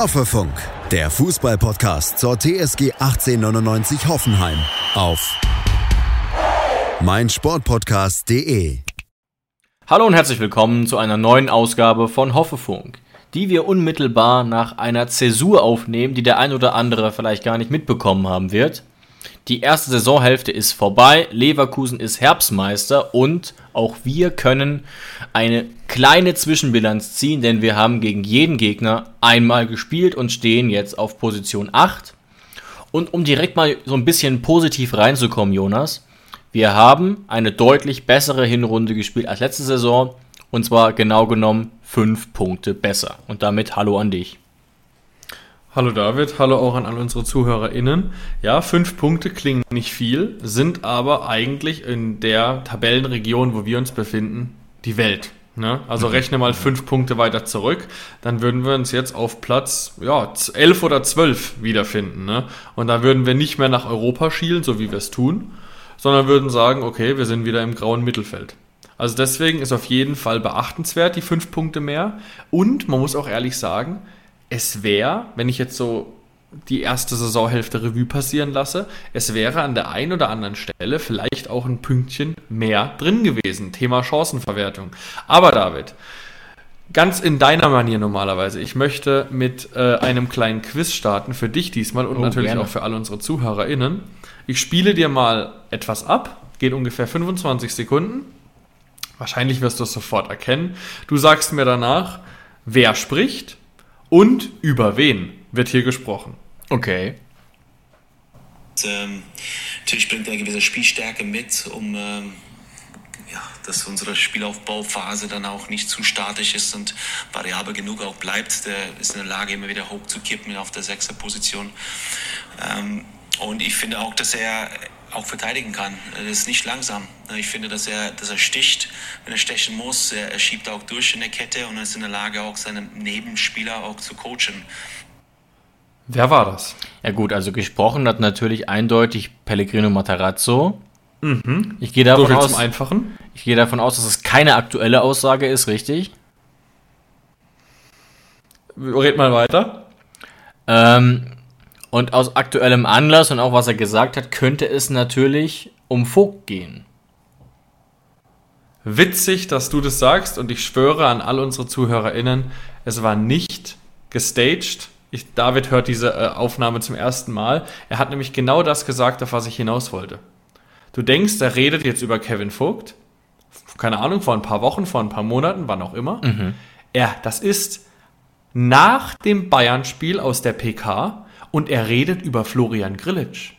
Hoffefunk, der Fußball-Podcast zur TSG 1899 Hoffenheim auf meinsportpodcast.de. Hallo und herzlich willkommen zu einer neuen Ausgabe von Hoffefunk, die wir unmittelbar nach einer Zäsur aufnehmen, die der ein oder andere vielleicht gar nicht mitbekommen haben wird. Die erste Saisonhälfte ist vorbei, Leverkusen ist Herbstmeister und auch wir können eine kleine Zwischenbilanz ziehen, denn wir haben gegen jeden Gegner einmal gespielt und stehen jetzt auf Position 8. Und um direkt mal so ein bisschen positiv reinzukommen, Jonas, wir haben eine deutlich bessere Hinrunde gespielt als letzte Saison und zwar genau genommen 5 Punkte besser. Und damit hallo an dich. Hallo David, hallo auch an all unsere ZuhörerInnen. Ja, 5 Punkte klingen nicht viel, sind aber eigentlich in der Tabellenregion, wo wir uns befinden, die Welt. Ne? Also rechne mal 5 Punkte weiter zurück, dann würden wir uns jetzt auf Platz 11 oder 12 wiederfinden. Ne? Und da würden wir nicht mehr nach Europa schielen, so wie wir es tun, sondern würden sagen, okay, wir sind wieder im grauen Mittelfeld. Also deswegen ist auf jeden Fall beachtenswert die 5 Punkte mehr. Und man muss auch ehrlich sagen, es wäre, wenn ich jetzt so die erste Saisonhälfte Revue passieren lasse, es wäre an der einen oder anderen Stelle vielleicht auch ein Pünktchen mehr drin gewesen. Thema Chancenverwertung. Aber David, ganz in deiner Manier normalerweise, ich möchte mit einem kleinen Quiz starten, für dich diesmal und natürlich gerne auch für alle unsere ZuhörerInnen. Ich spiele dir mal etwas ab, geht ungefähr 25 Sekunden. Wahrscheinlich wirst du es sofort erkennen. Du sagst mir danach, wer spricht und über wen wird hier gesprochen. Okay. Natürlich bringt er eine gewisse Spielstärke mit, um dass unsere Spielaufbauphase dann auch nicht zu statisch ist und variabel genug auch bleibt. Der ist in der Lage, immer wieder hochzukippen auf der 6er Position. Und ich finde auch, dass er auch verteidigen kann. Er ist nicht langsam. Ich finde, dass er sticht, wenn er stechen muss. Er schiebt auch durch in der Kette und er ist in der Lage, auch seine Nebenspieler auch zu coachen. Wer war das? Ja gut, also gesprochen hat natürlich eindeutig Pellegrino Matarazzo. Ich gehe davon aus, zum Einfachen. Ich gehe davon aus, dass es keine aktuelle Aussage ist, richtig? Red mal weiter. Und aus aktuellem Anlass und auch was er gesagt hat, könnte es natürlich um Vogt gehen. Witzig, dass du das sagst und ich schwöre an all unsere ZuhörerInnen, es war nicht gestaged. David hört diese Aufnahme zum ersten Mal. Er hat nämlich genau das gesagt, auf was ich hinaus wollte. Du denkst, er redet jetzt über Kevin Vogt, keine Ahnung, vor ein paar Wochen, vor ein paar Monaten, wann auch immer. Das ist nach dem Bayern-Spiel aus der PK und er redet über Florian Grillitsch.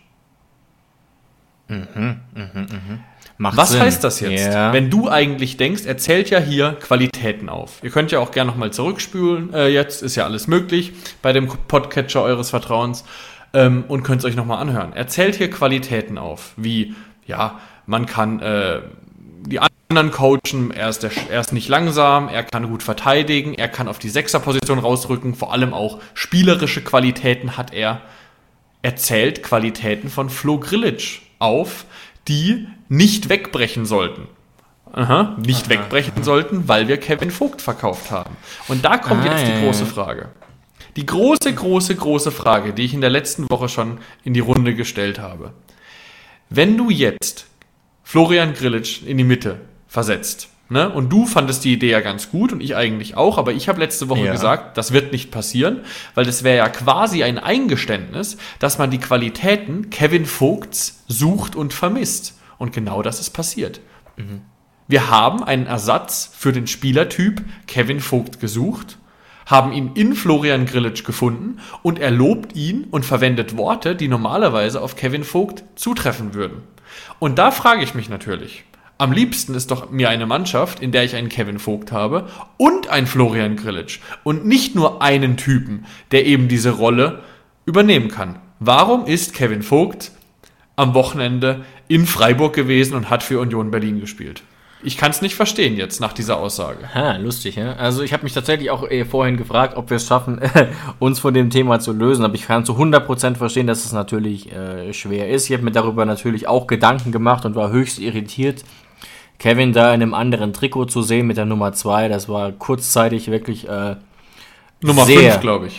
Was Sinn. heißt das jetzt? Yeah. Wenn du eigentlich denkst, er zählt ja hier Qualitäten auf. Ihr könnt ja auch gerne nochmal zurückspülen. Jetzt ist ja alles möglich bei dem Podcatcher eures Vertrauens und könnt es euch nochmal anhören. Er zählt hier Qualitäten auf, wie, man kann die anderen coachen, er ist nicht langsam, er kann gut verteidigen, er kann auf die 6er-Position rausrücken, vor allem auch spielerische Qualitäten hat er. Er zählt Qualitäten von Flo Grillitsch auf, die nicht wegbrechen sollten. Wegbrechen sollten, weil wir Kevin Vogt verkauft haben. Und da kommt jetzt die große Frage. Die große Frage, die ich in der letzten Woche schon in die Runde gestellt habe. Wenn du jetzt Florian Grillitsch in die Mitte versetzt, ne? Und du fandest die Idee ja ganz gut und ich eigentlich auch, aber ich habe letzte Woche gesagt, das wird nicht passieren, weil das wäre ja quasi ein Eingeständnis, dass man die Qualitäten Kevin Vogts sucht und vermisst. Und genau das ist passiert. Wir haben einen Ersatz für den Spielertyp Kevin Vogt gesucht, haben ihn in Florian Grillitsch gefunden und er lobt ihn und verwendet Worte, die normalerweise auf Kevin Vogt zutreffen würden. Und da frage ich mich natürlich, am liebsten ist doch mir eine Mannschaft, in der ich einen Kevin Vogt habe und einen Florian Grillitsch und nicht nur einen Typen, der eben diese Rolle übernehmen kann. Warum ist Kevin Vogt am Wochenende in Freiburg gewesen und hat für Union Berlin gespielt? Ich kann es nicht verstehen jetzt nach dieser Aussage. Lustig, ja. Also ich habe mich tatsächlich auch vorhin gefragt, ob wir es schaffen, uns von dem Thema zu lösen. Aber ich kann zu 100% verstehen, dass es natürlich schwer ist. Ich habe mir darüber natürlich auch Gedanken gemacht und war höchst irritiert, Kevin da in einem anderen Trikot zu sehen mit der Nummer 2. Das war kurzzeitig wirklich Nummer 5, glaube ich.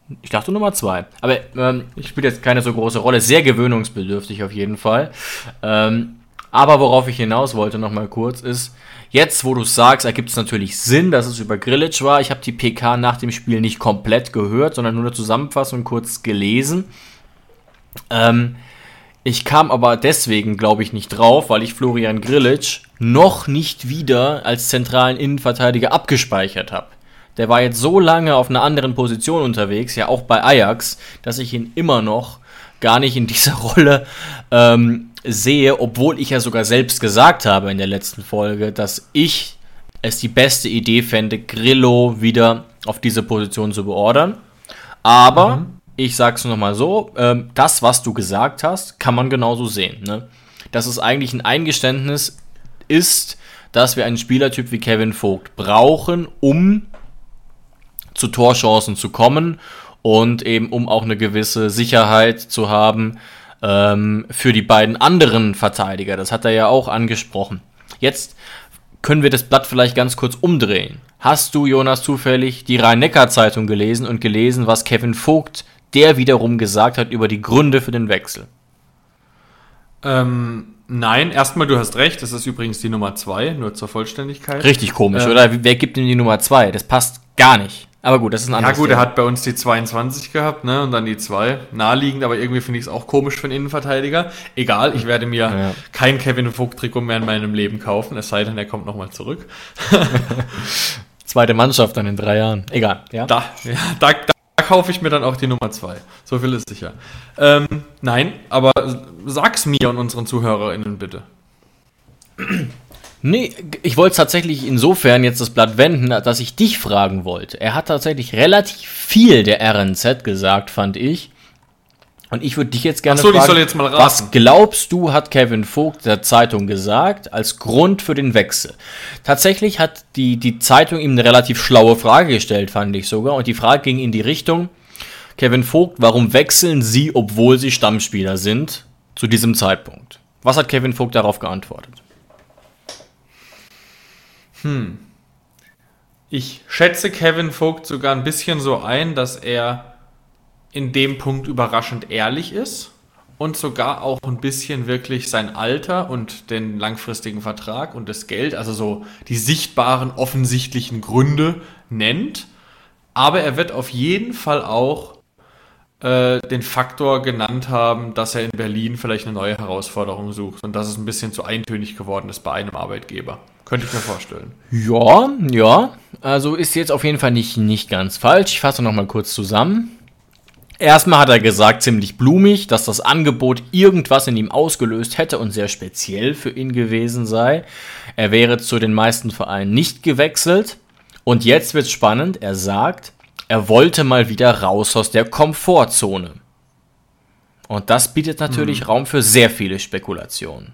Ich dachte Nummer 2. Aber spielt jetzt keine so große Rolle. Sehr gewöhnungsbedürftig auf jeden Fall. Aber worauf ich hinaus wollte nochmal kurz ist, jetzt wo du es sagst, ergibt es natürlich Sinn, dass es über Grillitsch war. Ich habe die PK nach dem Spiel nicht komplett gehört, sondern nur eine Zusammenfassung kurz gelesen. Ich kam aber deswegen, glaube ich, nicht drauf, weil ich Florian Grillitsch noch nicht wieder als zentralen Innenverteidiger abgespeichert habe. Der war jetzt so lange auf einer anderen Position unterwegs, ja auch bei Ajax, dass ich ihn immer noch gar nicht in dieser Rolle sehe, obwohl ich ja sogar selbst gesagt habe in der letzten Folge, dass ich es die beste Idee fände, Grillo wieder auf diese Position zu beordern. Aber ich sag's nochmal so, das, was du gesagt hast, kann man genauso sehen. Ne? Dass es eigentlich ein Eingeständnis ist, dass wir einen Spielertyp wie Kevin Vogt brauchen, um zu Torchancen zu kommen und eben um auch eine gewisse Sicherheit zu haben für die beiden anderen Verteidiger. Das hat er ja auch angesprochen. Jetzt können wir das Blatt vielleicht ganz kurz umdrehen. Hast du, Jonas, zufällig die Rhein-Neckar-Zeitung gelesen und gelesen, was Kevin Vogt, der wiederum gesagt hat über die Gründe für den Wechsel? Nein, erstmal, du hast recht, das ist übrigens die Nummer 2, nur zur Vollständigkeit. Richtig komisch, oder? Wer gibt ihm die Nummer 2? Das passt gar nicht. Aber gut, das ist ein anderes Thema. Er hat bei uns die 22 gehabt, ne, und dann die 2. Naheliegend, aber irgendwie finde ich es auch komisch für einen Innenverteidiger. Egal, ich werde mir kein Kevin Vogt-Trikot mehr in meinem Leben kaufen, es sei denn, er kommt nochmal zurück. Zweite Mannschaft dann in 3 Jahren. Egal, ja. Da kaufe ich mir dann auch die Nummer 2. So viel ist sicher. Nein, aber sag's mir und unseren ZuhörerInnen bitte. Nee, ich wollte tatsächlich insofern jetzt das Blatt wenden, dass ich dich fragen wollte. Er hat tatsächlich relativ viel der RNZ gesagt, fand ich. Und ich würde dich jetzt gerne fragen, ich soll jetzt mal raten. Was glaubst du, hat Kevin Vogt der Zeitung gesagt, als Grund für den Wechsel? Tatsächlich hat die Zeitung ihm eine relativ schlaue Frage gestellt, fand ich sogar. Und die Frage ging in die Richtung, Kevin Vogt, warum wechseln Sie, obwohl Sie Stammspieler sind, zu diesem Zeitpunkt? Was hat Kevin Vogt darauf geantwortet? Ich schätze Kevin Vogt sogar ein bisschen so ein, dass er in dem Punkt überraschend ehrlich ist und sogar auch ein bisschen wirklich sein Alter und den langfristigen Vertrag und das Geld, also so die sichtbaren, offensichtlichen Gründe nennt. Aber er wird auf jeden Fall auch den Faktor genannt haben, dass er in Berlin vielleicht eine neue Herausforderung sucht und dass es ein bisschen zu eintönig geworden ist bei einem Arbeitgeber. Könnte ich mir vorstellen. Ja, also ist jetzt auf jeden Fall nicht ganz falsch. Ich fasse nochmal kurz zusammen. Erstmal hat er gesagt, ziemlich blumig, dass das Angebot irgendwas in ihm ausgelöst hätte und sehr speziell für ihn gewesen sei. Er wäre zu den meisten Vereinen nicht gewechselt. Und jetzt wird's spannend. Er sagt, er wollte mal wieder raus aus der Komfortzone. Und das bietet natürlich Raum für sehr viele Spekulationen.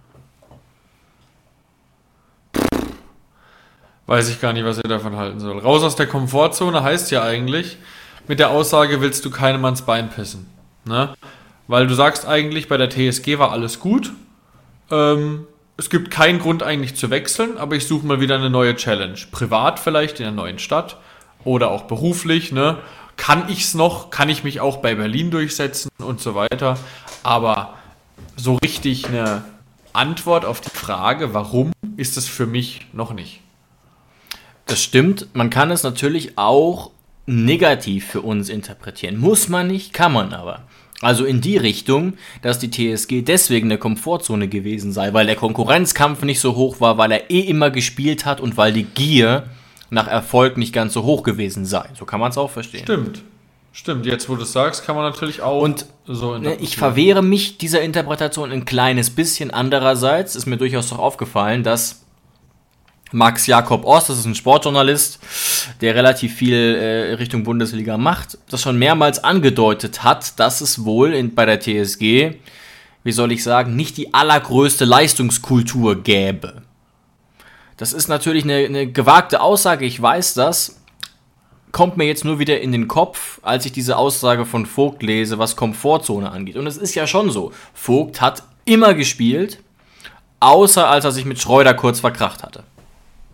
Weiß ich gar nicht, was ihr davon halten soll. Raus aus der Komfortzone heißt ja eigentlich, mit der Aussage willst du keinem ans Bein pissen. Ne? Weil du sagst eigentlich, bei der TSG war alles gut. Es gibt keinen Grund eigentlich zu wechseln, aber ich suche mal wieder eine neue Challenge. Privat vielleicht in einer neuen Stadt oder auch beruflich. Ne? Kann ich's noch? Kann ich mich auch bei Berlin durchsetzen und so weiter? Aber so richtig eine Antwort auf die Frage, warum, ist es für mich noch nicht. Das stimmt. Man kann es natürlich auch negativ für uns interpretieren. Muss man nicht, kann man aber. Also in die Richtung, dass die TSG deswegen eine Komfortzone gewesen sei, weil der Konkurrenzkampf nicht so hoch war, weil er immer gespielt hat und weil die Gier nach Erfolg nicht ganz so hoch gewesen sei. So kann man es auch verstehen. Stimmt. Jetzt, wo du es sagst, kann man natürlich auch und so interpretieren. Ich verwehre mich dieser Interpretation ein kleines bisschen. Andererseits ist mir durchaus doch aufgefallen, dass Max Jakob Ost, das ist ein Sportjournalist, der relativ viel Richtung Bundesliga macht, das schon mehrmals angedeutet hat, dass es wohl bei der TSG, wie soll ich sagen, nicht die allergrößte Leistungskultur gäbe. Das ist natürlich eine gewagte Aussage, ich weiß das, kommt mir jetzt nur wieder in den Kopf, als ich diese Aussage von Vogt lese, was Komfortzone angeht. Und es ist ja schon so, Vogt hat immer gespielt, außer als er sich mit Schreuder kurz verkracht hatte.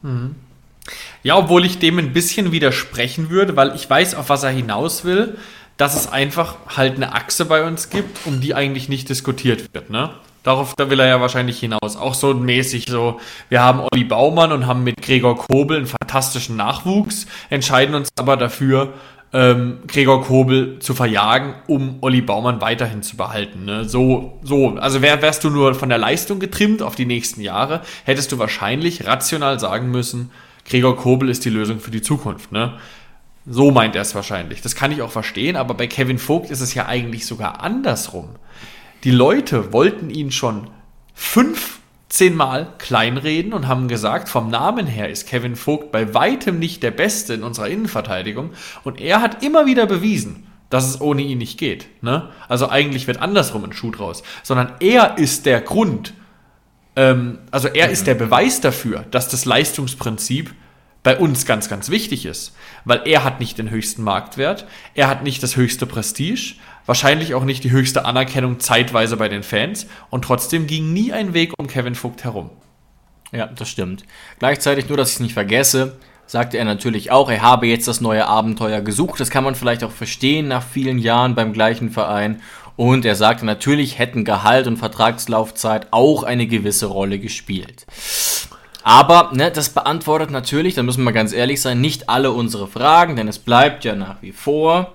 Ja, obwohl ich dem ein bisschen widersprechen würde, weil ich weiß, auf was er hinaus will. dass es einfach halt eine Achse bei uns gibt, um die eigentlich nicht diskutiert wird, ne? Da will er ja wahrscheinlich hinaus. Auch so mäßig so, wir haben Olli Baumann und haben mit Gregor Kobel einen fantastischen Nachwuchs, entscheiden uns aber dafür, Gregor Kobel zu verjagen, um Olli Baumann weiterhin zu behalten. Ne? Also wärst du nur von der Leistung getrimmt auf die nächsten Jahre, hättest du wahrscheinlich rational sagen müssen, Gregor Kobel ist die Lösung für die Zukunft. Ne? So meint er es wahrscheinlich. Das kann ich auch verstehen, aber bei Kevin Vogt ist es ja eigentlich sogar andersrum. Die Leute wollten ihn schon 15 Mal kleinreden und haben gesagt, vom Namen her ist Kevin Vogt bei weitem nicht der Beste in unserer Innenverteidigung. Und er hat immer wieder bewiesen, dass es ohne ihn nicht geht. Ne? Also eigentlich wird andersrum ein Schuh draus. Sondern er ist der Grund, ist der Beweis dafür, dass das Leistungsprinzip bei uns ganz, ganz wichtig ist. Weil er hat nicht den höchsten Marktwert, er hat nicht das höchste Prestige, wahrscheinlich auch nicht die höchste Anerkennung zeitweise bei den Fans und trotzdem ging nie ein Weg um Kevin Vogt herum. Ja, das stimmt. Gleichzeitig, nur dass ich es nicht vergesse, sagte er natürlich auch, er habe jetzt das neue Abenteuer gesucht. Das kann man vielleicht auch verstehen nach vielen Jahren beim gleichen Verein. Und er sagte, natürlich hätten Gehalt und Vertragslaufzeit auch eine gewisse Rolle gespielt. Aber das beantwortet natürlich, da müssen wir ganz ehrlich sein, nicht alle unsere Fragen, denn es bleibt ja nach wie vor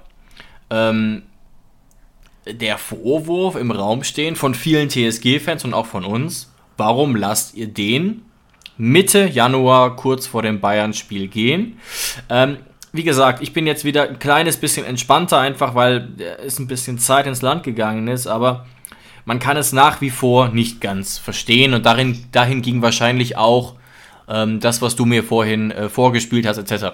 der Vorwurf im Raum stehen von vielen TSG-Fans und auch von uns. Warum lasst ihr den Mitte Januar kurz vor dem Bayern-Spiel gehen? Wie gesagt, ich bin jetzt wieder ein kleines bisschen entspannter, einfach weil es ein bisschen Zeit ins Land gegangen ist, aber man kann es nach wie vor nicht ganz verstehen und dahin ging wahrscheinlich auch das, was du mir vorhin vorgespielt hast, etc.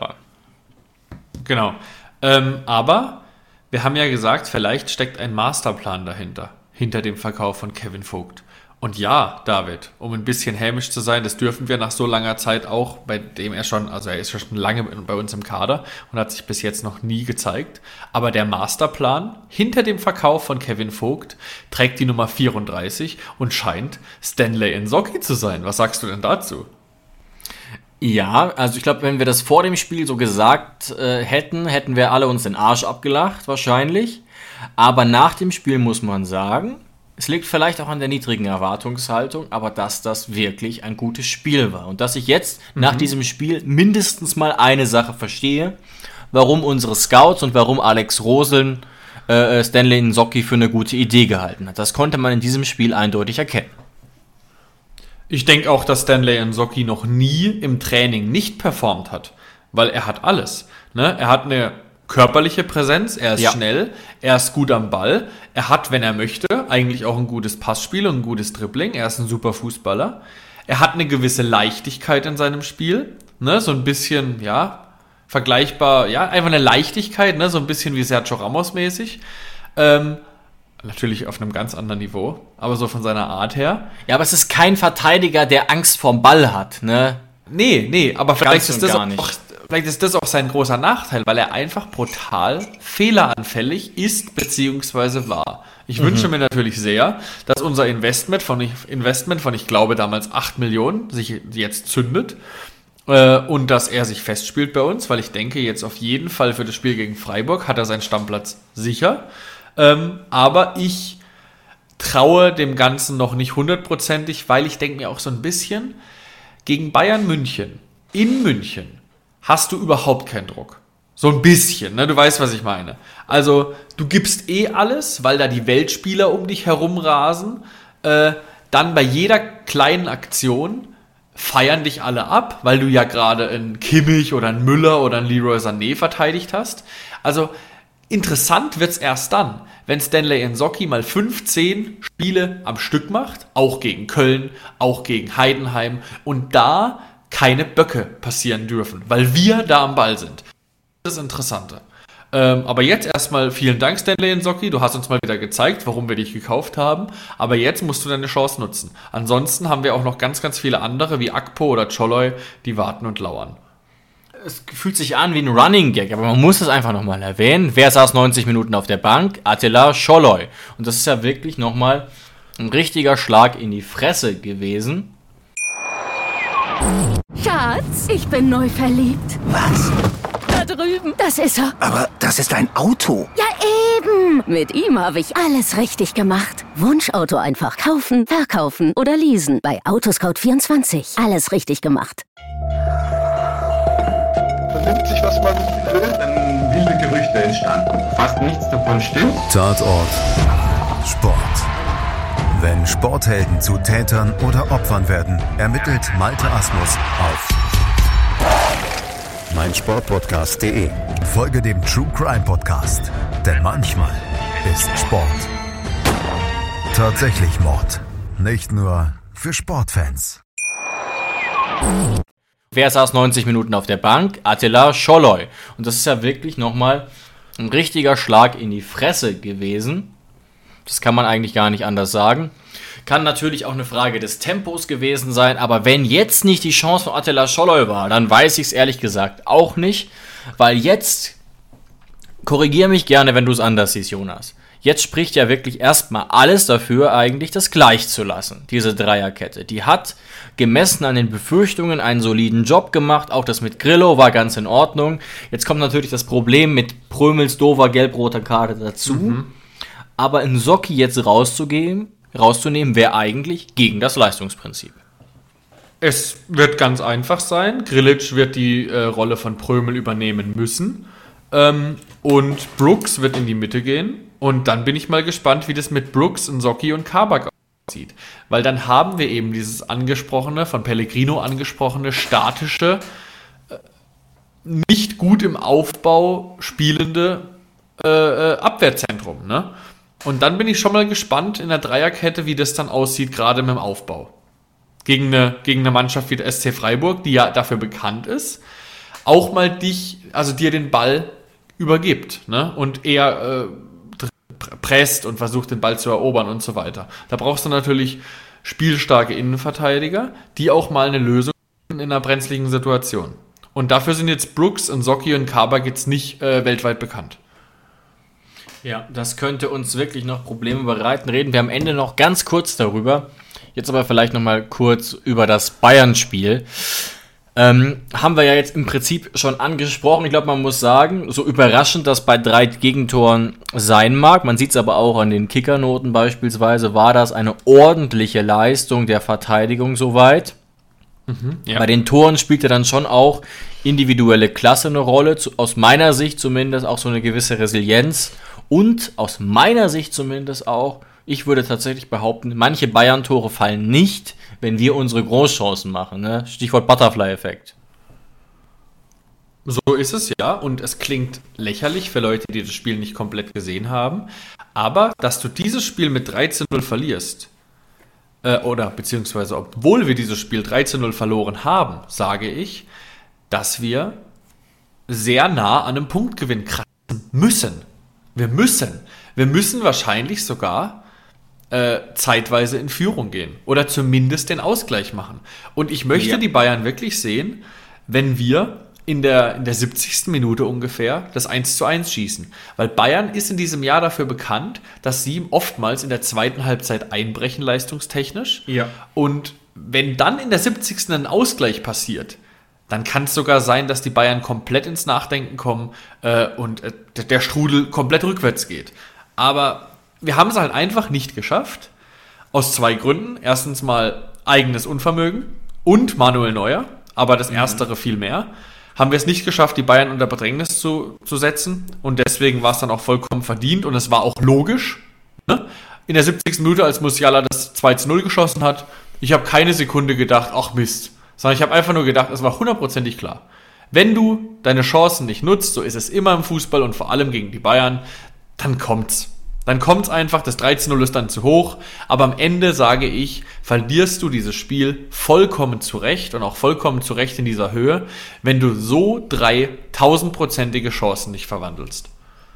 Genau. Aber wir haben ja gesagt, vielleicht steckt ein Masterplan dahinter, hinter dem Verkauf von Kevin Vogt. Und ja, David, um ein bisschen hämisch zu sein, das dürfen wir nach so langer Zeit auch, bei dem er ist schon lange bei uns im Kader und hat sich bis jetzt noch nie gezeigt. Aber der Masterplan hinter dem Verkauf von Kevin Vogt trägt die Nummer 34 und scheint Stanley Nzokhi zu sein. Was sagst du denn dazu? Ja, also ich glaube, wenn wir das vor dem Spiel so gesagt hätten wir alle uns den Arsch abgelacht, wahrscheinlich. Aber nach dem Spiel muss man sagen, es liegt vielleicht auch an der niedrigen Erwartungshaltung, aber dass das wirklich ein gutes Spiel war. Und dass ich jetzt nach diesem Spiel mindestens mal eine Sache verstehe, warum unsere Scouts und warum Alex Roseln Stanley Nzokhi für eine gute Idee gehalten hat. Das konnte man in diesem Spiel eindeutig erkennen. Ich denke auch, dass Stanley Nzokhi noch nie im Training nicht performt hat, weil er hat alles. Ne? Er hat eine körperliche Präsenz, er ist schnell, er ist gut am Ball, er hat, wenn er möchte, eigentlich auch ein gutes Passspiel und ein gutes Dribbling, er ist ein super Fußballer, er hat eine gewisse Leichtigkeit in seinem Spiel, ne? So ein bisschen, vergleichbar, einfach eine Leichtigkeit, ne? So ein bisschen wie Sergio Ramos mäßig, natürlich auf einem ganz anderen Niveau, aber so von seiner Art her. Ja, aber es ist kein Verteidiger, der Angst vorm Ball hat, ne? Nee, aber vielleicht ist das auch sein großer Nachteil, weil er einfach brutal fehleranfällig ist bzw. war. Ich wünsche mir natürlich sehr, dass unser Investment von, ich glaube, damals 8 Millionen sich jetzt zündet und dass er sich festspielt bei uns, weil ich denke, jetzt auf jeden Fall für das Spiel gegen Freiburg hat er seinen Stammplatz sicher. Aber ich traue dem Ganzen noch nicht 100%, weil ich denke mir auch so ein bisschen, gegen Bayern München, in München, hast du überhaupt keinen Druck. So ein bisschen, ne? Du weißt, was ich meine. Also, du gibst alles, weil da die Weltspieler um dich herum rasen. Dann bei jeder kleinen Aktion feiern dich alle ab, weil du ja gerade einen Kimmich oder einen Müller oder einen Leroy Sané verteidigt hast. Also, interessant wird's erst dann, wenn Stanley Nzokhi mal 15 Spiele am Stück macht, auch gegen Köln, auch gegen Heidenheim und da keine Böcke passieren dürfen, weil wir da am Ball sind. Das ist das Interessante. Aber jetzt erstmal vielen Dank, Stanley Nzokhi. Du hast uns mal wieder gezeigt, warum wir dich gekauft haben. Aber jetzt musst du deine Chance nutzen. Ansonsten haben wir auch noch ganz, ganz viele andere, wie Akpo oder Czoloi, die warten und lauern. Es fühlt sich an wie ein Running Gag, aber man muss es einfach nochmal erwähnen. Wer saß 90 Minuten auf der Bank? Attila Czoloi. Und das ist ja wirklich nochmal ein richtiger Schlag in die Fresse gewesen. Schatz, ich bin neu verliebt. Was? Da drüben. Das ist er. Aber das ist ein Auto. Ja, Leben. Mit ihm habe ich alles richtig gemacht. Wunschauto einfach kaufen, verkaufen oder leasen. Bei Autoscout24. Alles richtig gemacht. Vernimmt sich, was man will. Dann wilde Gerüchte entstanden. Fast nichts davon stimmt. Tatort Sport. Wenn Sporthelden zu Tätern oder Opfern werden, ermittelt Malte Asmus auf meinsportpodcast.de. Folge dem True Crime Podcast, denn manchmal ist Sport tatsächlich Mord. Nicht nur für Sportfans. Wer saß 90 Minuten auf der Bank? Attila Scholloy. Und das ist ja wirklich nochmal ein richtiger Schlag in die Fresse gewesen. Das kann man eigentlich gar nicht anders sagen. Kann natürlich auch eine Frage des Tempos gewesen sein, aber wenn jetzt nicht die Chance von Attila Scholloy war, dann weiß ich es ehrlich gesagt auch nicht, weil jetzt, korrigiere mich gerne, wenn du es anders siehst, Jonas, jetzt spricht ja wirklich erstmal alles dafür, eigentlich das gleich zu lassen, diese Dreierkette. Die hat, gemessen an den Befürchtungen, einen soliden Job gemacht, auch das mit Grillo war ganz in Ordnung. Jetzt kommt natürlich das Problem mit Prömels doofer gelb-roter Karte dazu, aber in Socki jetzt rauszunehmen, wäre eigentlich gegen das Leistungsprinzip. Es wird ganz einfach sein. Grilic wird die Rolle von Prömel übernehmen müssen. Und Brooks wird in die Mitte gehen. Und dann bin ich mal gespannt, wie das mit Brooks, Socki und Kabak aussieht. Weil dann haben wir eben dieses angesprochene, von Pellegrino angesprochene, statische, nicht gut im Aufbau spielende Abwehrzentrum, ne? Und dann bin ich schon mal gespannt in der Dreierkette, wie das dann aussieht, gerade mit dem Aufbau. Gegen eine Mannschaft wie der SC Freiburg, die ja dafür bekannt ist, auch mal dir den Ball übergibt, ne? Und eher presst und versucht, den Ball zu erobern und so weiter. Da brauchst du natürlich spielstarke Innenverteidiger, die auch mal eine Lösung finden in einer brenzligen Situation. Und dafür sind jetzt Brooks, Socki und Kabak jetzt nicht weltweit bekannt. Ja, das könnte uns wirklich noch Probleme bereiten. Reden wir am Ende noch ganz kurz darüber. Jetzt aber vielleicht noch mal kurz über das Bayern-Spiel. Haben wir ja jetzt im Prinzip schon angesprochen. Ich glaube, man muss sagen, so überraschend das bei 3 Gegentoren sein mag, man sieht es aber auch an den Kickernoten beispielsweise, war das eine ordentliche Leistung der Verteidigung soweit. Ja. Bei den Toren spielte dann schon auch individuelle Klasse eine Rolle, aus meiner Sicht zumindest auch so eine gewisse Resilienz. Und aus meiner Sicht zumindest auch, ich würde tatsächlich behaupten, manche Bayern-Tore fallen nicht, wenn wir unsere Großchancen machen. Ne? Stichwort Butterfly-Effekt. So ist es ja, und es klingt lächerlich für Leute, die das Spiel nicht komplett gesehen haben. Aber, dass du dieses Spiel mit 13-0 verlierst, beziehungsweise obwohl wir dieses Spiel 13-0 verloren haben, sage ich, dass wir sehr nah an einem Punktgewinn kratzen müssen. Wir müssen wahrscheinlich sogar zeitweise in Führung gehen oder zumindest den Ausgleich machen. Und ich möchte die Bayern wirklich sehen, wenn wir in der 70. Minute ungefähr das 1:1 schießen. Weil Bayern ist in diesem Jahr dafür bekannt, dass sie oftmals in der zweiten Halbzeit einbrechen, leistungstechnisch. Ja. Und wenn dann in der 70. ein Ausgleich passiert, dann kann es sogar sein, dass die Bayern komplett ins Nachdenken kommen und der Strudel komplett rückwärts geht. Aber wir haben es halt einfach nicht geschafft. Aus 2 Gründen. Erstens mal eigenes Unvermögen und Manuel Neuer, aber das Erstere viel mehr. Haben wir es nicht geschafft, die Bayern unter Bedrängnis zu setzen. Und deswegen war es dann auch vollkommen verdient und es war auch logisch. Ne? In der 70. Minute, als Musiala das 2:0 geschossen hat, ich habe keine Sekunde gedacht, ach Mist. Sondern ich habe einfach nur gedacht, es war hundertprozentig klar. Wenn du deine Chancen nicht nutzt, so ist es immer im Fußball und vor allem gegen die Bayern, dann kommt's. Dann kommt's einfach, das 13:0 ist dann zu hoch, aber am Ende, sage ich, verlierst du dieses Spiel vollkommen zurecht und auch vollkommen zurecht in dieser Höhe, wenn du so 3 1000-prozentige Chancen nicht verwandelst.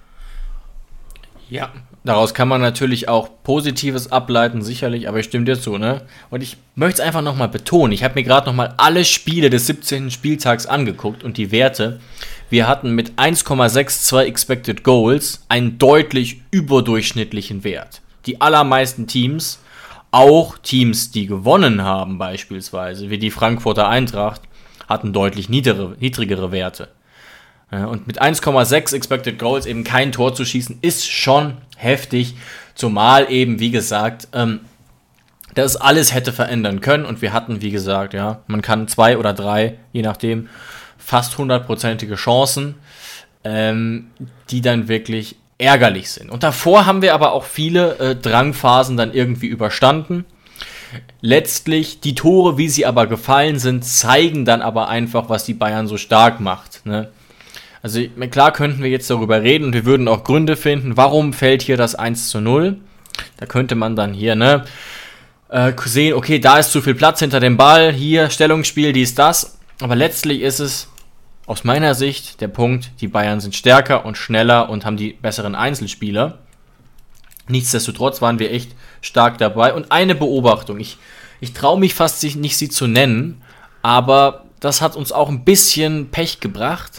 Ja, daraus kann man natürlich auch Positives ableiten, sicherlich, aber ich stimme dir zu, ne? Und ich möchte es einfach nochmal betonen, ich habe mir gerade nochmal alle Spiele des 17. Spieltags angeguckt und die Werte. Wir hatten mit 1,62 Expected Goals einen deutlich überdurchschnittlichen Wert. Die allermeisten Teams, auch Teams, die gewonnen haben beispielsweise, wie die Frankfurter Eintracht, hatten deutlich niedrigere Werte. Ja, und mit 1,6 Expected Goals eben kein Tor zu schießen, ist schon heftig. Zumal eben, wie gesagt, das alles hätte verändern können. Und wir hatten, wie gesagt, ja, man kann 2 oder 3, je nachdem, fast 100%ige Chancen, die dann wirklich ärgerlich sind. Und davor haben wir aber auch viele Drangphasen dann irgendwie überstanden. Letztlich, die Tore, wie sie aber gefallen sind, zeigen dann aber einfach, was die Bayern so stark macht. Ne? Also klar könnten wir jetzt darüber reden und wir würden auch Gründe finden, warum fällt hier das 1:0. Da könnte man dann hier sehen, okay, da ist zu viel Platz hinter dem Ball, hier Stellungsspiel, dies, das. Aber letztlich ist es aus meiner Sicht der Punkt, die Bayern sind stärker und schneller und haben die besseren Einzelspieler. Nichtsdestotrotz waren wir echt stark dabei. Und eine Beobachtung, ich traue mich fast nicht, sie zu nennen, aber das hat uns auch ein bisschen Pech gebracht.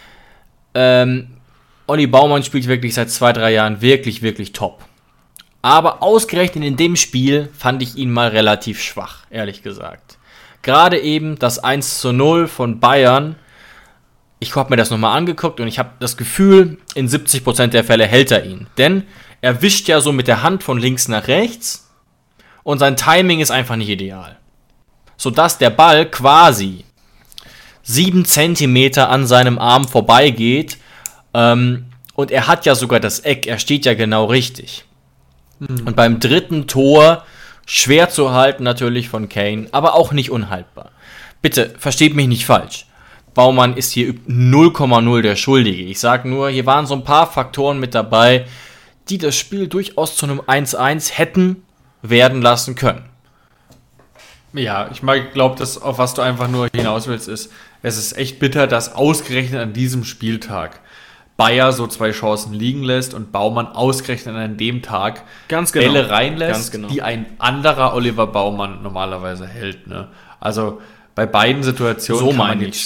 Olli Baumann spielt wirklich seit 2-3 Jahren wirklich, wirklich top. Aber ausgerechnet in dem Spiel fand ich ihn mal relativ schwach, ehrlich gesagt. Gerade eben das 1:0 von Bayern, ich habe mir das nochmal angeguckt und ich habe das Gefühl, in 70% der Fälle hält er ihn. Denn er wischt ja so mit der Hand von links nach rechts und sein Timing ist einfach nicht ideal. Sodass der Ball quasi 7 Zentimeter an seinem Arm vorbeigeht und er hat ja sogar das Eck, er steht ja genau richtig. Und beim dritten Tor, schwer zu halten natürlich von Kane, aber auch nicht unhaltbar. Bitte, versteht mich nicht falsch. Baumann ist hier 0,0 der Schuldige. Ich sage nur, hier waren so ein paar Faktoren mit dabei, die das Spiel durchaus zu einem 1:1 hätten werden lassen können. Ja, ich glaube, das, auf was du einfach nur hinaus willst, ist, es ist echt bitter, dass ausgerechnet an diesem Spieltag Bayer so 2 Chancen liegen lässt und Baumann ausgerechnet an dem Tag Bälle reinlässt, die ein anderer Oliver Baumann normalerweise hält. Ne? Also bei beiden Situationen so kann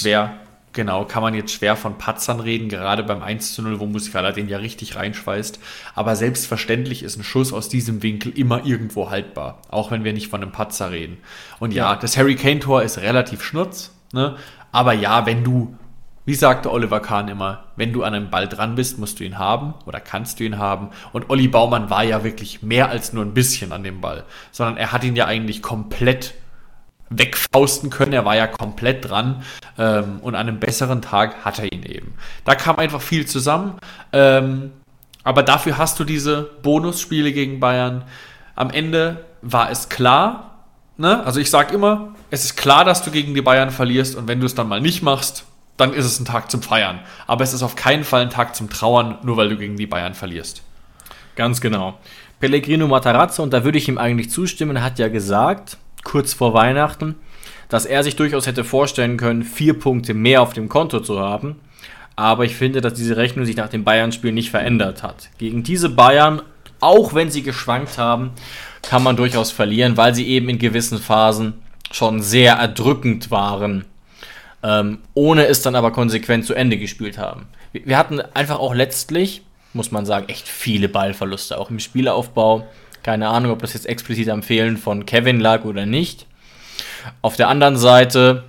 man jetzt schwer von Patzern reden, gerade beim 1:0, wo Musiala den ja richtig reinschweißt. Aber selbstverständlich ist ein Schuss aus diesem Winkel immer irgendwo haltbar, auch wenn wir nicht von einem Patzer reden. Und ja, das Harry Kane-Tor ist relativ schnurz, ne? Aber ja, wenn du, wie sagte Oliver Kahn immer, wenn du an einem Ball dran bist, musst du ihn haben oder kannst du ihn haben. Und Olli Baumann war ja wirklich mehr als nur ein bisschen an dem Ball, sondern er hat ihn ja eigentlich komplett wegfausten können, er war ja komplett dran und an einem besseren Tag hat er ihn eben. Da kam einfach viel zusammen, aber dafür hast du diese Bonusspiele gegen Bayern. Am Ende war es klar, ne? Also ich sage immer, es ist klar, dass du gegen die Bayern verlierst und wenn du es dann mal nicht machst, dann ist es ein Tag zum Feiern. Aber es ist auf keinen Fall ein Tag zum Trauern, nur weil du gegen die Bayern verlierst. Ganz genau. Pellegrino Matarazzo, und da würde ich ihm eigentlich zustimmen, hat ja gesagt, kurz vor Weihnachten, dass er sich durchaus hätte vorstellen können, 4 Punkte mehr auf dem Konto zu haben. Aber ich finde, dass diese Rechnung sich nach dem Bayern-Spiel nicht verändert hat. Gegen diese Bayern, auch wenn sie geschwankt haben, kann man durchaus verlieren, weil sie eben in gewissen Phasen schon sehr erdrückend waren, ohne es dann aber konsequent zu Ende gespielt haben. Wir hatten einfach auch letztlich, muss man sagen, echt viele Ballverluste, auch im Spielaufbau. Keine Ahnung, ob das jetzt explizit am Fehlen von Kevin lag oder nicht. Auf der anderen Seite,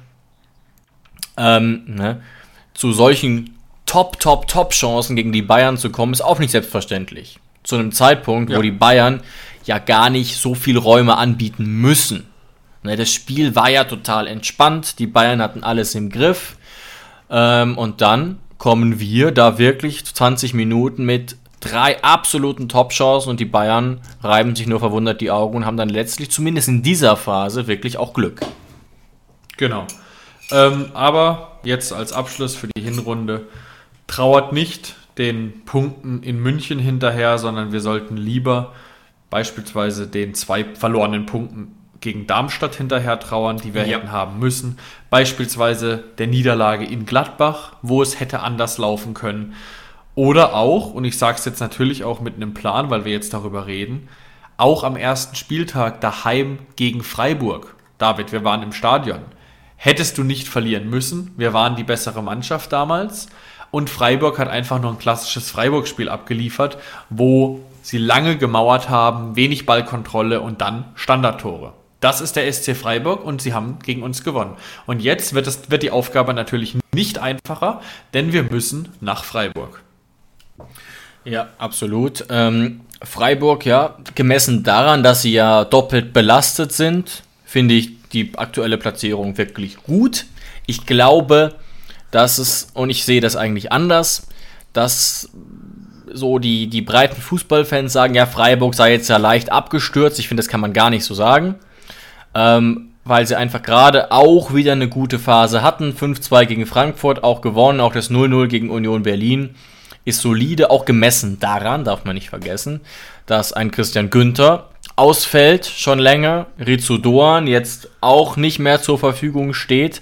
zu solchen Top-Chancen gegen die Bayern zu kommen, ist auch nicht selbstverständlich. Zu einem Zeitpunkt, wo die Bayern ja gar nicht so viel Räume anbieten müssen. Ne, das Spiel war ja total entspannt, die Bayern hatten alles im Griff. Und dann kommen wir da wirklich 20 Minuten mit 3 absoluten Top-Chancen und die Bayern reiben sich nur verwundert die Augen und haben dann letztlich, zumindest in dieser Phase, wirklich auch Glück. Genau. Aber jetzt als Abschluss für die Hinrunde, trauert nicht den Punkten in München hinterher, sondern wir sollten lieber beispielsweise den 2 verlorenen Punkten gegen Darmstadt hinterher trauern, die wir hätten haben müssen. Beispielsweise der Niederlage in Gladbach, wo es hätte anders laufen können. Oder auch, und ich sage es jetzt natürlich auch mit einem Plan, weil wir jetzt darüber reden, auch am ersten Spieltag daheim gegen Freiburg. David, wir waren im Stadion. Hättest du nicht verlieren müssen. Wir waren die bessere Mannschaft damals. Und Freiburg hat einfach nur ein klassisches Freiburg-Spiel abgeliefert, wo sie lange gemauert haben, wenig Ballkontrolle und dann Standardtore. Das ist der SC Freiburg und sie haben gegen uns gewonnen. Und jetzt wird die Aufgabe natürlich nicht einfacher, denn wir müssen nach Freiburg. Ja, absolut. Freiburg, ja, gemessen daran, dass sie ja doppelt belastet sind, finde ich die aktuelle Platzierung wirklich gut. Ich glaube, dass es, und ich sehe das eigentlich anders, dass so die breiten Fußballfans sagen, ja, Freiburg sei jetzt ja leicht abgestürzt. Ich finde, das kann man gar nicht so sagen, weil sie einfach gerade auch wieder eine gute Phase hatten. 5-2 gegen Frankfurt, auch gewonnen, auch das 0-0 gegen Union Berlin ist solide, auch gemessen daran, darf man nicht vergessen, dass ein Christian Günther ausfällt, schon länger, Rizzo Doan jetzt auch nicht mehr zur Verfügung steht,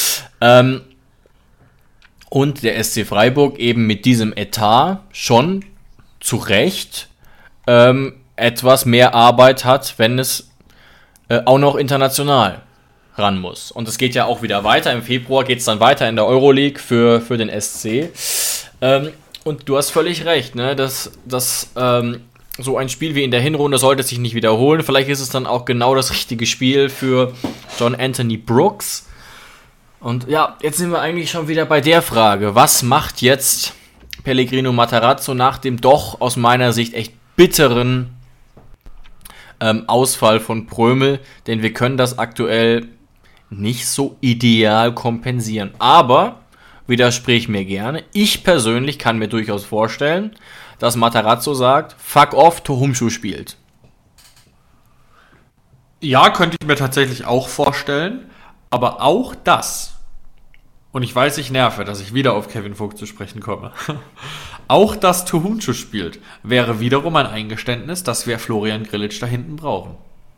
und der SC Freiburg eben mit diesem Etat schon zu Recht etwas mehr Arbeit hat, wenn es auch noch international ran muss. Und es geht ja auch wieder weiter, im Februar geht es dann weiter in der Euroleague für den SC. Und du hast völlig recht, ne? dass so ein Spiel wie in der Hinrunde sollte sich nicht wiederholen. Vielleicht ist es dann auch genau das richtige Spiel für John Anthony Brooks. Und ja, jetzt sind wir eigentlich schon wieder bei der Frage, was macht jetzt Pellegrino Matarazzo nach dem doch aus meiner Sicht echt bitteren Ausfall von Prömel? Denn wir können das aktuell nicht so ideal kompensieren. Aber widersprich mir gerne. Ich persönlich kann mir durchaus vorstellen, dass Matarazzo sagt, fuck off, Tohumschuh spielt. Ja, könnte ich mir tatsächlich auch vorstellen, aber auch das, und ich weiß, ich nerve, dass ich wieder auf Kevin Vogt zu sprechen komme, auch dass Tohumschuh spielt, wäre wiederum ein Eingeständnis, dass wir Florian Grillitsch da hinten brauchen.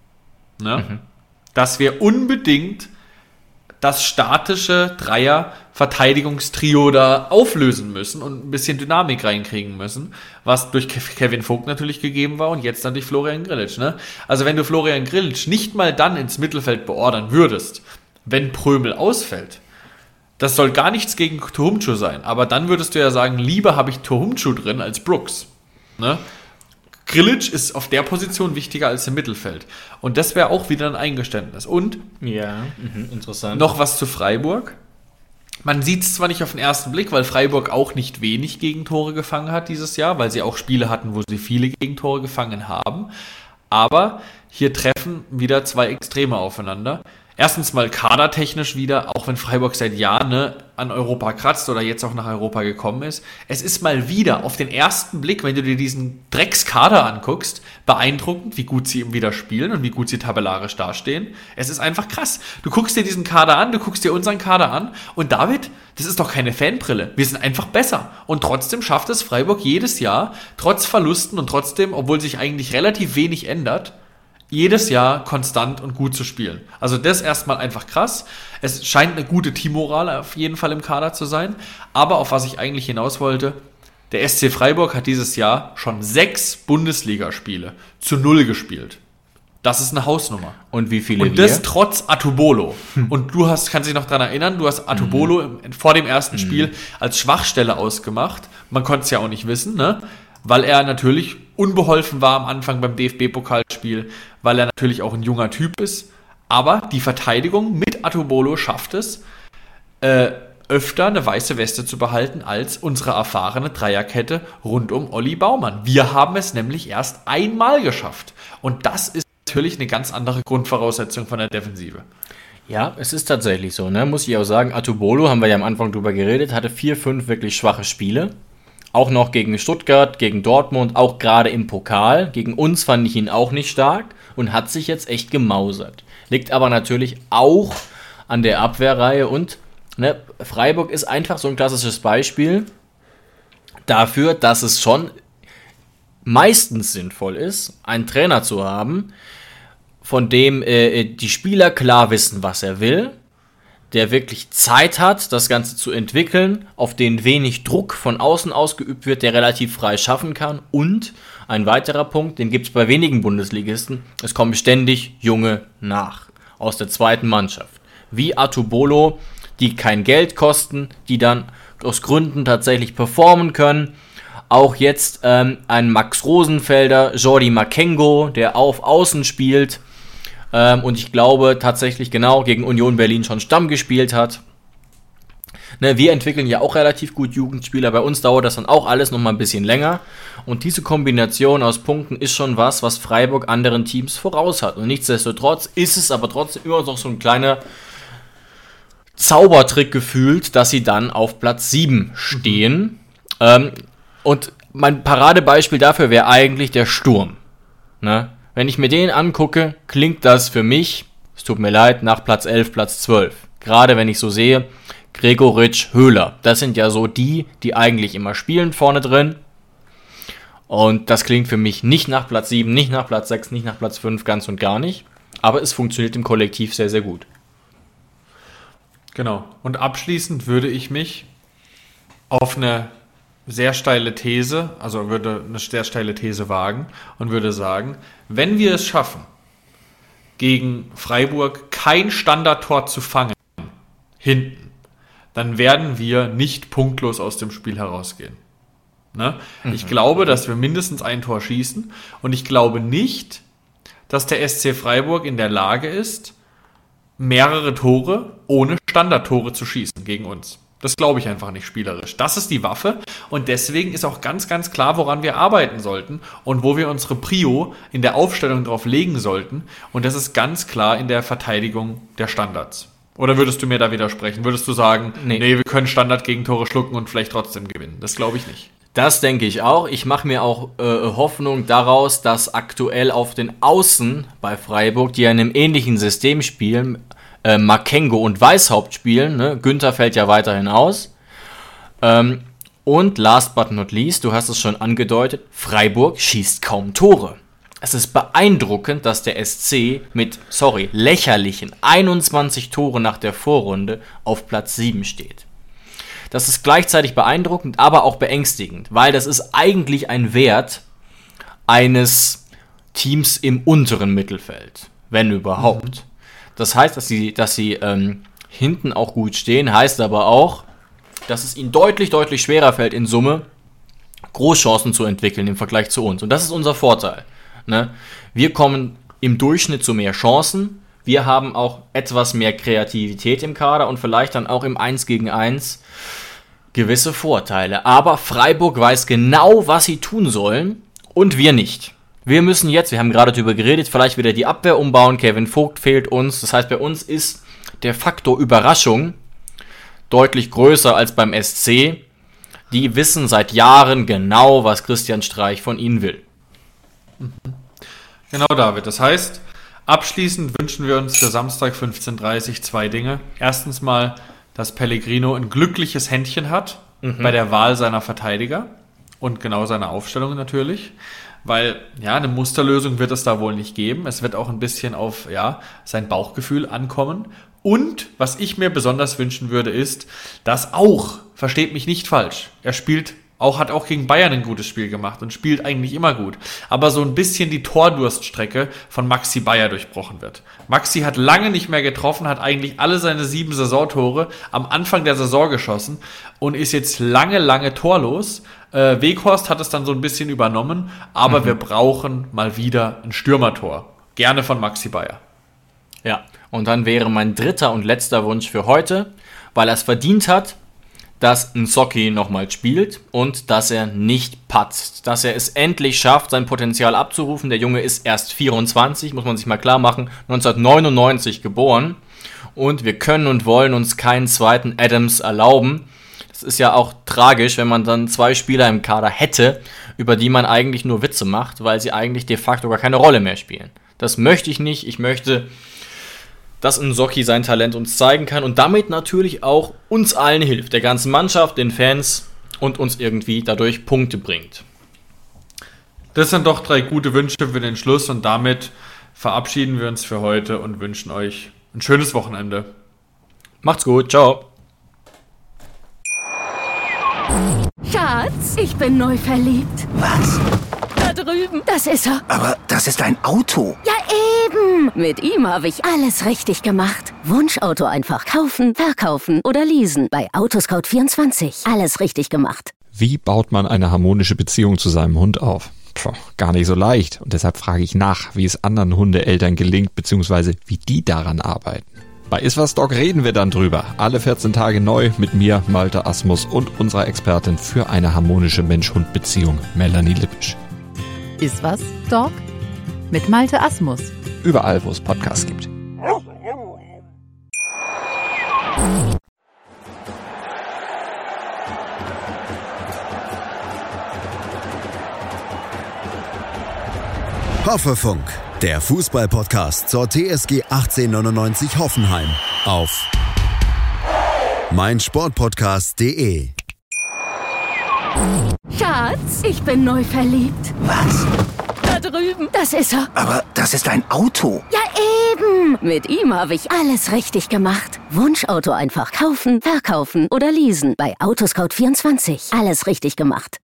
Ne? Mhm. Dass wir unbedingt das statische Dreier-Verteidigungstrio da auflösen müssen und ein bisschen Dynamik reinkriegen müssen, was durch Kevin Vogt natürlich gegeben war und jetzt dann durch Florian Grillitsch. Ne? Also wenn du Florian Grillitsch nicht mal dann ins Mittelfeld beordern würdest, wenn Prömel ausfällt, das soll gar nichts gegen Tohumschuh sein, aber dann würdest du ja sagen, lieber habe ich Tohumschuh drin als Brooks. Ne? Grillitsch ist auf der Position wichtiger als im Mittelfeld. Und das wäre auch wieder ein Eingeständnis. Und ja, interessant. Noch was zu Freiburg. Man sieht es zwar nicht auf den ersten Blick, weil Freiburg auch nicht wenig Gegentore gefangen hat dieses Jahr, weil sie auch Spiele hatten, wo sie viele Gegentore gefangen haben. Aber hier treffen wieder zwei Extreme aufeinander. Erstens mal kadertechnisch wieder, auch wenn Freiburg seit Jahren an Europa kratzt oder jetzt auch nach Europa gekommen ist. Es ist mal wieder auf den ersten Blick, wenn du dir diesen Dreckskader anguckst, beeindruckend, wie gut sie ihm wieder spielen und wie gut sie tabellarisch dastehen. Es ist einfach krass. Du guckst dir diesen Kader an, du guckst dir unseren Kader an und David, das ist doch keine Fanbrille. Wir sind einfach besser. Und trotzdem schafft es Freiburg jedes Jahr, trotz Verlusten und trotzdem, obwohl sich eigentlich relativ wenig ändert, jedes Jahr konstant und gut zu spielen. Also das erstmal einfach krass. Es scheint eine gute Teammoral auf jeden Fall im Kader zu sein. Aber auf was ich eigentlich hinaus wollte, der SC Freiburg hat dieses Jahr schon 6 Bundesligaspiele zu 0 gespielt. Das ist eine Hausnummer. Und wie viele Und das trotz Atubolo. Und du kannst dich noch daran erinnern, du hast Atubolo vor dem ersten Spiel als Schwachstelle ausgemacht. Man konnte es ja auch nicht wissen, ne? Weil er natürlich unbeholfen war am Anfang beim DFB-Pokalspiel, weil er natürlich auch ein junger Typ ist. Aber die Verteidigung mit Atubolo schafft es, öfter eine weiße Weste zu behalten als unsere erfahrene Dreierkette rund um Olli Baumann. Wir haben es nämlich erst einmal geschafft. Und das ist natürlich eine ganz andere Grundvoraussetzung von der Defensive. Ja, es ist tatsächlich so, ne? Muss ich auch sagen, Atubolo, haben wir ja am Anfang drüber geredet, hatte 4-5 wirklich schwache Spiele. Auch noch gegen Stuttgart, gegen Dortmund, auch gerade im Pokal. Gegen uns fand ich ihn auch nicht stark und hat sich jetzt echt gemausert. Liegt aber natürlich auch an der Abwehrreihe und ne, Freiburg ist einfach so ein klassisches Beispiel dafür, dass es schon meistens sinnvoll ist, einen Trainer zu haben, von dem die Spieler klar wissen, was er will, der wirklich Zeit hat, das Ganze zu entwickeln, auf den wenig Druck von außen ausgeübt wird, der relativ frei schaffen kann. Und ein weiterer Punkt, den gibt es bei wenigen Bundesligisten, es kommen ständig Junge nach aus der zweiten Mannschaft. Wie Atubolo, die kein Geld kosten, die dann aus Gründen tatsächlich performen können. Auch jetzt ein Max Rosenfelder, Jordi Makengo, der auf Außen spielt. Und ich glaube tatsächlich genau gegen Union Berlin schon Stamm gespielt hat. Ne, wir entwickeln ja auch relativ gut Jugendspieler, bei uns dauert das dann auch alles noch mal ein bisschen länger. Und diese Kombination aus Punkten ist schon was Freiburg anderen Teams voraus hat. Und nichtsdestotrotz ist es aber trotzdem immer noch so ein kleiner Zaubertrick gefühlt, dass sie dann auf Platz 7 stehen. Und mein Paradebeispiel dafür wäre eigentlich der Sturm. Ne? Wenn ich mir den angucke, klingt das für mich, es tut mir leid, nach Platz 11, Platz 12. Gerade wenn ich so sehe, Gregoritsch, Höhler. Das sind ja so die eigentlich immer spielen vorne drin. Und das klingt für mich nicht nach Platz 7, nicht nach Platz 6, nicht nach Platz 5, ganz und gar nicht. Aber es funktioniert im Kollektiv sehr, sehr gut. Genau. Und abschließend würde ich mich auf eine sehr steile These, also würde eine sehr steile These wagen und würde sagen, wenn wir es schaffen, gegen Freiburg kein Standardtor zu fangen, hinten, dann werden wir nicht punktlos aus dem Spiel herausgehen. Ne? Ich glaube, dass wir mindestens ein Tor schießen und ich glaube nicht, dass der SC Freiburg in der Lage ist, mehrere Tore ohne Standardtore zu schießen gegen uns. Das glaube ich einfach nicht spielerisch. Das ist die Waffe und deswegen ist auch ganz, ganz klar, woran wir arbeiten sollten und wo wir unsere Prio in der Aufstellung drauf legen sollten und das ist ganz klar in der Verteidigung der Standards. Oder würdest du mir da widersprechen? Würdest du sagen, nee, wir können Standard-Gegentore schlucken und vielleicht trotzdem gewinnen? Das glaube ich nicht. Das denke ich auch. Ich mache mir auch Hoffnung daraus, dass aktuell auf den Außen bei Freiburg, die ja in einem ähnlichen System spielen, Makengo und Weishaupt spielen. Ne? Günther fällt ja weiterhin aus. Und last but not least, du hast es schon angedeutet, Freiburg schießt kaum Tore. Es ist beeindruckend, dass der SC mit, lächerlichen 21 Tore nach der Vorrunde auf Platz 7 steht. Das ist gleichzeitig beeindruckend, aber auch beängstigend, weil das ist eigentlich ein Wert eines Teams im unteren Mittelfeld, wenn überhaupt. Das heißt, dass sie hinten auch gut stehen, heißt aber auch, dass es ihnen deutlich, deutlich schwerer fällt, in Summe Großchancen zu entwickeln im Vergleich zu uns. Und das ist unser Vorteil. Ne? Wir kommen im Durchschnitt zu mehr Chancen, wir haben auch etwas mehr Kreativität im Kader und vielleicht dann auch im 1 gegen 1 gewisse Vorteile. Aber Freiburg weiß genau, was sie tun sollen und wir nicht. Wir müssen jetzt, wir haben gerade darüber geredet, vielleicht wieder die Abwehr umbauen, Kevin Vogt fehlt uns. Das heißt, bei uns ist der Faktor Überraschung deutlich größer als beim SC. Die wissen seit Jahren genau, was Christian Streich von ihnen will. Genau, David. Das heißt, abschließend wünschen wir uns für Samstag 15:30 Uhr 2 Dinge. Erstens mal, dass Pellegrino ein glückliches Händchen hat bei der Wahl seiner Verteidiger und genau seiner Aufstellung natürlich. Weil, ja, eine Musterlösung wird es da wohl nicht geben. Es wird auch ein bisschen auf, sein Bauchgefühl ankommen. Und was ich mir besonders wünschen würde, ist, dass auch, versteht mich nicht falsch, hat auch gegen Bayern ein gutes Spiel gemacht und spielt eigentlich immer gut. Aber so ein bisschen die Tordurststrecke von Maxi Bayer durchbrochen wird. Maxi hat lange nicht mehr getroffen, hat eigentlich alle seine 7 Saisontore am Anfang der Saison geschossen und ist jetzt lange, lange torlos. Weghorst hat es dann so ein bisschen übernommen, aber wir brauchen mal wieder ein Stürmertor. Gerne von Maxi Bayer. Ja, und dann wäre mein dritter und letzter Wunsch für heute, weil er es verdient hat, dass Nsocki nochmal spielt und dass er nicht patzt. Dass er es endlich schafft, sein Potenzial abzurufen. Der Junge ist erst 24, muss man sich mal klar machen, 1999 geboren. Und wir können und wollen uns keinen zweiten Adams erlauben. Das ist ja auch tragisch, wenn man dann 2 Spieler im Kader hätte, über die man eigentlich nur Witze macht, weil sie eigentlich de facto gar keine Rolle mehr spielen. Das möchte ich nicht. Ich möchte, dass Nsocki sein Talent uns zeigen kann und damit natürlich auch uns allen hilft, der ganzen Mannschaft, den Fans und uns irgendwie dadurch Punkte bringt. Das sind doch 3 gute Wünsche für den Schluss und damit verabschieden wir uns für heute und wünschen euch ein schönes Wochenende. Macht's gut, ciao. Schatz, ich bin neu verliebt. Was? Da drüben. Das ist er. Aber das ist ein Auto. Ja, eben. Mit ihm habe ich alles richtig gemacht. Wunschauto einfach kaufen, verkaufen oder leasen. Bei Autoscout24. Alles richtig gemacht. Wie baut man eine harmonische Beziehung zu seinem Hund auf? Gar nicht so leicht. Und deshalb frage ich nach, wie es anderen Hundeeltern gelingt, beziehungsweise wie die daran arbeiten. Bei Iswas Dog reden wir dann drüber. Alle 14 Tage neu mit mir, Malte Asmus und unserer Expertin für eine harmonische Mensch-Hund-Beziehung, Melanie Lippisch. Iswas Dog mit Malte Asmus. Überall, wo es Podcasts gibt. Hoffefunk, der Fußball-Podcast zur TSG 1899 Hoffenheim auf meinsportpodcast.de. Schatz, ich bin neu verliebt. Was? Da drüben. Das ist er. Aber das ist ein Auto. Ja, eben. Mit ihm habe ich alles richtig gemacht. Wunschauto einfach kaufen, verkaufen oder leasen. Bei Autoscout24. Alles richtig gemacht.